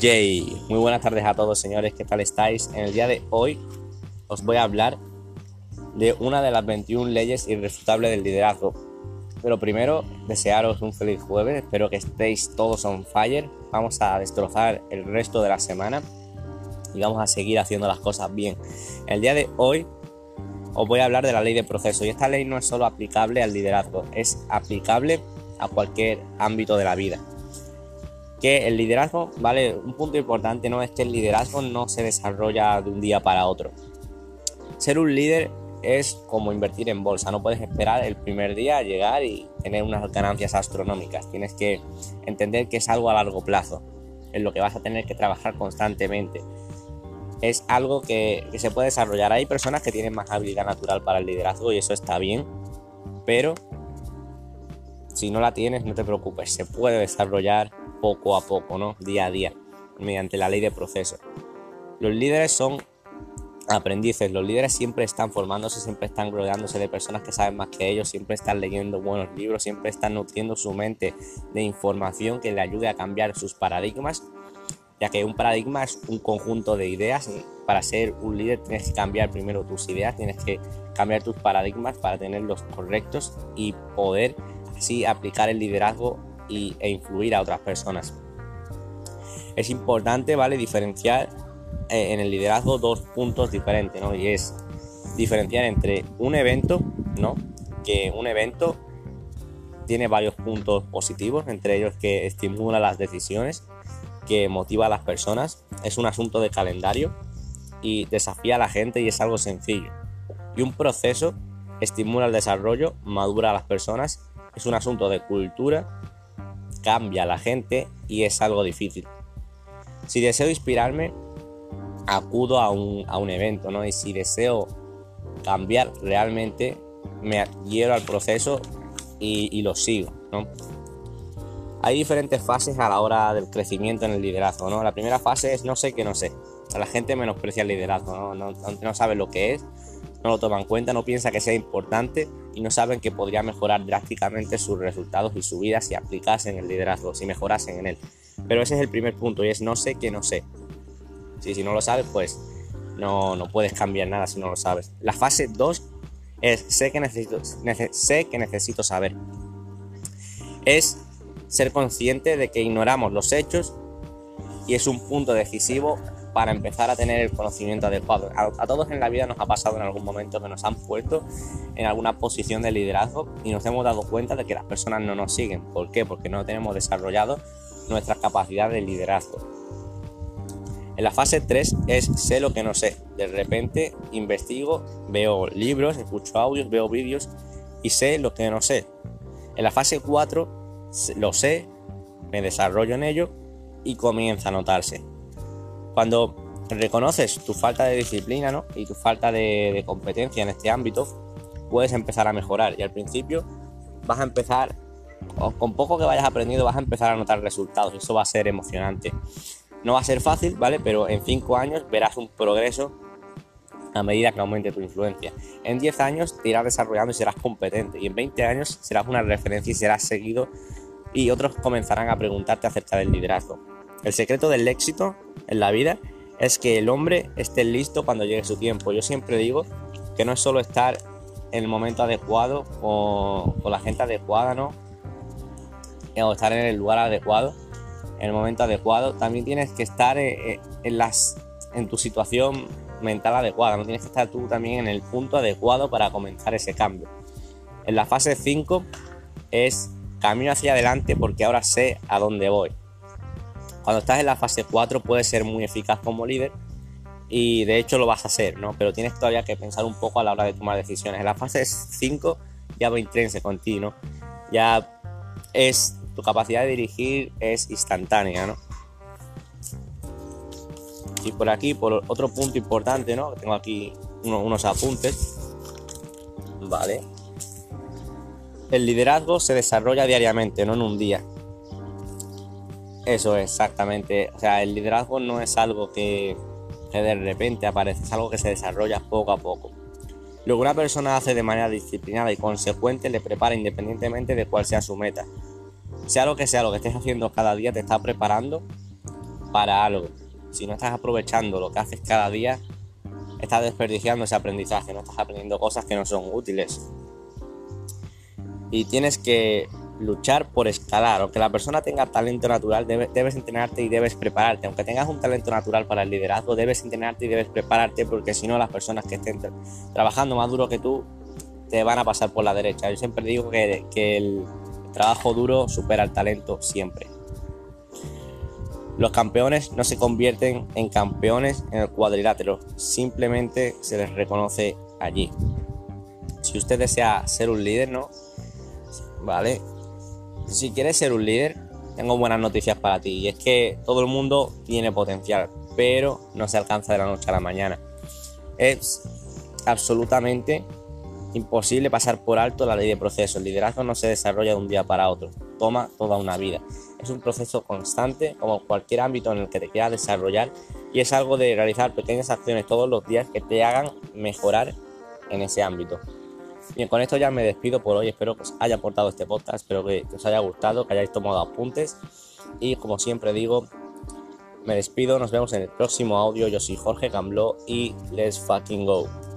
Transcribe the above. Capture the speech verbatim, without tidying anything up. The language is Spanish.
Yay, muy buenas tardes a todos, señores, ¿qué tal estáis? En el día de hoy os voy a hablar de una de las veintiuna leyes irrefutables del liderazgo. Pero primero, desearos un feliz jueves, espero que estéis todos on fire. Vamos a destrozar el resto de la semana y vamos a seguir haciendo las cosas bien. En el día de hoy os voy a hablar de la ley de proceso, y esta ley no es solo aplicable al liderazgo, es aplicable a cualquier ámbito de la vida. Que el liderazgo, vale, un punto importante, no es que el liderazgo no se desarrolla de un día para otro. Ser un líder es como invertir en bolsa, no puedes esperar el primer día a llegar y tener unas ganancias astronómicas. Tienes que entender que es algo a largo plazo, en lo que vas a tener que trabajar constantemente. Es algo que, que se puede desarrollar. Hay personas que tienen más habilidad natural para el liderazgo y eso está bien, pero si no la tienes, no te preocupes, se puede desarrollar poco a poco, ¿no? Día a día, mediante la ley de proceso. Los líderes son aprendices, los líderes siempre están formándose, siempre están rodeándose de personas que saben más que ellos, siempre están leyendo buenos libros, siempre están nutriendo su mente de información que le ayude a cambiar sus paradigmas, ya que un paradigma es un conjunto de ideas. Para ser un líder tienes que cambiar primero tus ideas, tienes que cambiar tus paradigmas para tenerlos correctos y poder así aplicar el liderazgo y, e influir a otras personas. Es importante, ¿vale?, diferenciar eh, en el liderazgo dos puntos diferentes, ¿no? Y es diferenciar entre un evento, ¿no? Que un evento tiene varios puntos positivos, entre ellos que estimula las decisiones, que motiva a las personas, es un asunto de calendario y desafía a la gente y es algo sencillo. Y un proceso estimula el desarrollo, madura a las personas, es un asunto de cultura, cambia a la gente y es algo difícil. Si deseo inspirarme, acudo a un, a un evento, ¿no? Y si deseo cambiar realmente, me adhiero al proceso y, y lo sigo, ¿no? Hay diferentes fases a la hora del crecimiento en el liderazgo, ¿no? La primera fase es no sé que no sé. La gente menosprecia el liderazgo, ¿no? No, no, no sabe lo que es, no lo toma en cuenta, no piensa que sea importante y no saben que podría mejorar drásticamente sus resultados y su vida si aplicasen el liderazgo, si mejorasen en él. Pero ese es el primer punto y es no sé que no sé. Si, si no lo sabes, pues no, no puedes cambiar nada si no lo sabes. La fase dos es sé que necesito, nece, sé que necesito saber. Es ser consciente de que ignoramos los hechos y es un punto decisivo para empezar a tener el conocimiento adecuado. A, a todos en la vida nos ha pasado en algún momento que nos han puesto en alguna posición de liderazgo y nos hemos dado cuenta de que las personas no nos siguen. ¿Por qué? Porque no tenemos desarrollado nuestras capacidades de liderazgo. En la fase tres es sé lo que no sé. De repente investigo, veo libros, escucho audios, veo vídeos y sé lo que no sé. En la fase cuatro lo sé, me desarrollo en ello y comienza a notarse. Cuando reconoces tu falta de disciplina, ¿no?, y tu falta de, de competencia en este ámbito, puedes empezar a mejorar y al principio vas a empezar, o con poco que vayas aprendiendo, vas a empezar a notar resultados y eso va a ser emocionante. No va a ser fácil, ¿vale? Pero en cinco años verás un progreso a medida que aumente tu influencia. En diez años te irás desarrollando y serás competente y en veinte años serás una referencia y serás seguido y otros comenzarán a preguntarte acerca del liderazgo. El secreto del éxito en la vida es que el hombre esté listo cuando llegue su tiempo. Yo siempre digo que no es solo estar en el momento adecuado o con la gente adecuada, ¿no?, o estar en el lugar adecuado, en el momento adecuado. También tienes que estar en, las, en tu situación mental adecuada, no tienes que estar tú también en el punto adecuado para comenzar ese cambio. En la fase cinco es camino hacia adelante porque ahora sé a dónde voy. Cuando estás en la fase cuatro puedes ser muy eficaz como líder y de hecho lo vas a hacer, ¿no? Pero tienes todavía que pensar un poco a la hora de tomar decisiones. En la fase cinco ya va intrínseco en ti, ¿no? Ya es tu capacidad de dirigir es instantánea, ¿no? Y por aquí, por otro punto importante, ¿no?, tengo aquí unos, unos apuntes, ¿vale? El liderazgo se desarrolla diariamente, no en un día. Eso es exactamente, o sea, el liderazgo no es algo que, que de repente aparece, es algo que se desarrolla poco a poco. Lo que una persona hace de manera disciplinada y consecuente le prepara independientemente de cuál sea su meta. Sea lo que sea lo que estés haciendo cada día, te está preparando para algo. Si no estás aprovechando lo que haces cada día, estás desperdiciando ese aprendizaje, no estás aprendiendo cosas que no son útiles. Y tienes que luchar por escalar. Aunque la persona tenga talento natural, debe, debes entrenarte y debes prepararte. Aunque tengas un talento natural para el liderazgo, debes entrenarte y debes prepararte, porque si no, las personas que estén tra- trabajando más duro que tú te van a pasar por la derecha. Yo siempre digo que, que el trabajo duro supera el talento siempre. Los campeones no se convierten en campeones en el cuadrilátero, simplemente se les reconoce allí. Si usted desea ser un líder, ¿no? Vale. Si quieres ser un líder, tengo buenas noticias para ti. Y es que todo el mundo tiene potencial, pero no se alcanza de la noche a la mañana. Es absolutamente imposible pasar por alto la ley de proceso. El liderazgo no se desarrolla de un día para otro. Toma toda una vida. Es un proceso constante, como cualquier ámbito en el que te quieras desarrollar, y es algo de realizar pequeñas acciones todos los días que te hagan mejorar en ese ámbito. Bien, con esto ya me despido por hoy. Espero que os haya aportado este podcast, espero que os haya gustado, que hayáis tomado apuntes, y como siempre digo, me despido. Nos vemos en el próximo audio. Yo soy Jorge Gambló y let's fucking go.